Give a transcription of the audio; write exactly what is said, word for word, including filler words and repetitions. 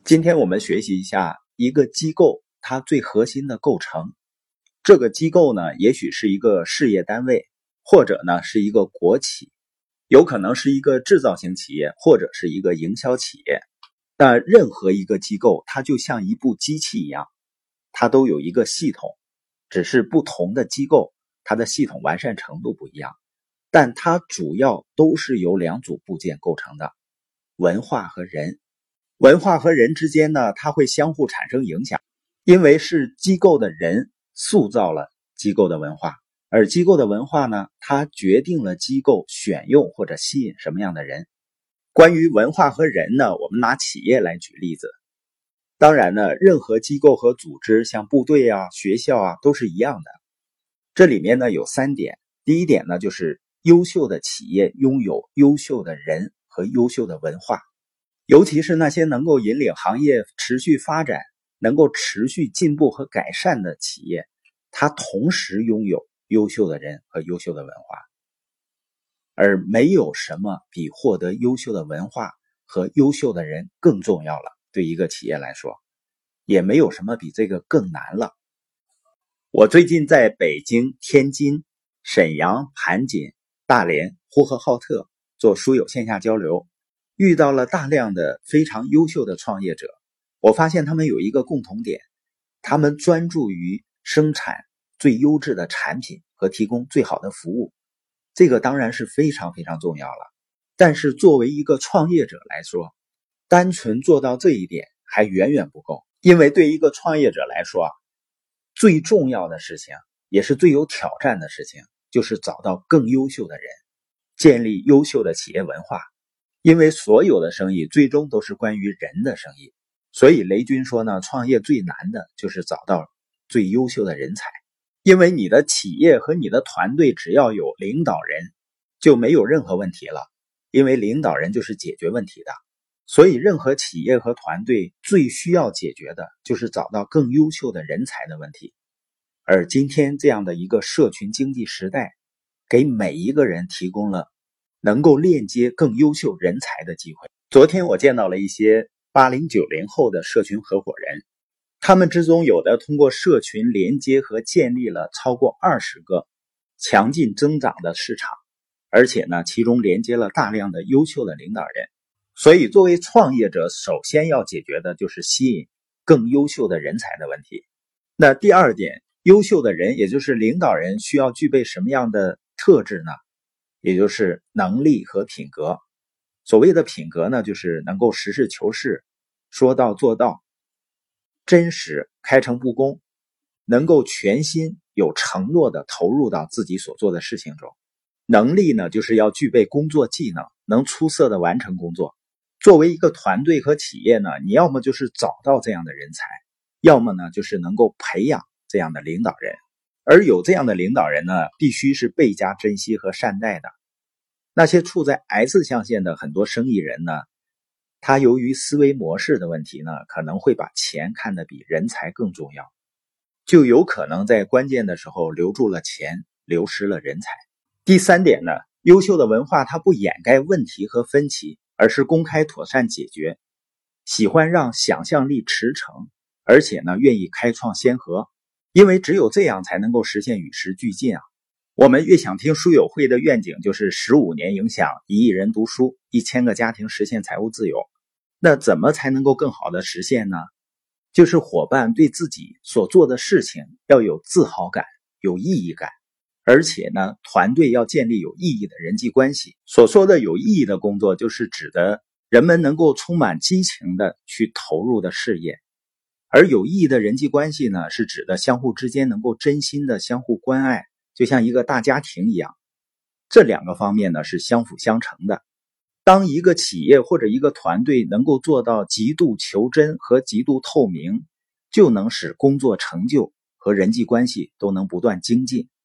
今天我们学习一下一个机构它最核心的构成。这个机构呢，也许是一个事业单位，或者呢是一个国企，有可能是一个制造型企业，或者是一个营销企业。但任何一个机构，它就像一部机器一样，它都有一个系统，只是不同的机构，它的系统完善程度不一样，但它主要都是由两组部件构成的：文化和人。文化和人之间呢，它会相互产生影响，因为是机构的人塑造了机构的文化，而机构的文化呢，它决定了机构选用或者吸引什么样的人。关于文化和人呢，我们拿企业来举例子。当然呢，任何机构和组织，像部队啊、学校啊，都是一样的。这里面呢有三点。第一点呢，就是优秀的企业拥有优秀的人和优秀的文化。尤其是那些能够引领行业持续发展、能够持续进步和改善的企业，它同时拥有优秀的人和优秀的文化。而没有什么比获得优秀的文化和优秀的人更重要了，对一个企业来说，也没有什么比这个更难了。我最近在北京、天津、沈阳、盘锦、大连、呼和浩特做书友线下交流，遇到了大量的非常优秀的创业者。我发现他们有一个共同点，他们专注于生产最优质的产品和提供最好的服务。这个当然是非常非常重要了，但是作为一个创业者来说，单纯做到这一点还远远不够。因为对一个创业者来说啊，最重要的事情，也是最有挑战的事情，就是找到更优秀的人，建立优秀的企业文化。因为所有的生意最终都是关于人的生意，所以雷军说呢，创业最难的就是找到最优秀的人才。因为你的企业和你的团队只要有领导人，就没有任何问题了，因为领导人就是解决问题的。所以任何企业和团队最需要解决的就是找到更优秀的人才的问题。而今天这样的一个社群经济时代，给每一个人提供了能够链接更优秀人才的机会。昨天我见到了一些八零九零后的社群合伙人，他们之中有的通过社群连接和建立了超过二十个强劲增长的市场，而且呢，其中连接了大量的优秀的领导人。所以作为创业者，首先要解决的就是吸引更优秀的人才的问题。那第二点，优秀的人，也就是领导人，需要具备什么样的特质呢？也就是能力和品格。所谓的品格呢，就是能够实事求是，说到做到，真实，开诚布公，能够全心有承诺的投入到自己所做的事情中。能力呢，就是要具备工作技能，能出色的完成工作。作为一个团队和企业呢，你要么就是找到这样的人才，要么呢就是能够培养这样的领导人。而有这样的领导人呢，必须是倍加珍惜和善待的。那些处在 S 象限的很多生意人呢，他由于思维模式的问题呢，可能会把钱看得比人才更重要，就有可能在关键的时候留住了钱，流失了人才。第三点呢，优秀的文化它不掩盖问题和分歧，而是公开妥善解决，喜欢让想象力驰骋，而且呢，愿意开创先河。因为只有这样才能够实现与时俱进啊！我们越想听书友会的愿景就是十五年影响一亿人读书，一千个家庭实现财务自由。那怎么才能够更好的实现呢？就是伙伴对自己所做的事情要有自豪感，有意义感，而且呢，团队要建立有意义的人际关系。所说的有意义的工作，就是指的人们能够充满激情的去投入的事业。而有意义的人际关系呢，是指的相互之间能够真心的相互关爱，就像一个大家庭一样。这两个方面呢，是相辅相成的。当一个企业或者一个团队能够做到极度求真和极度透明，就能使工作成就和人际关系都能不断精进。